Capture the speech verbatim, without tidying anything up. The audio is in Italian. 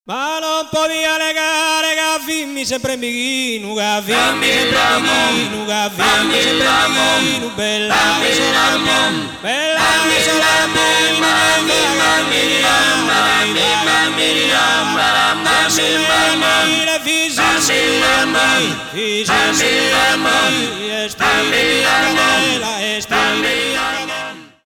Ma non podia legare che sempre amiguino, che fammi sempre amiguino, che fammi sempre amiguino, bella isola mia, bella isola mia, mamma mia, mamma mia, fisi mia, fisi mia, esta mia, esta mia.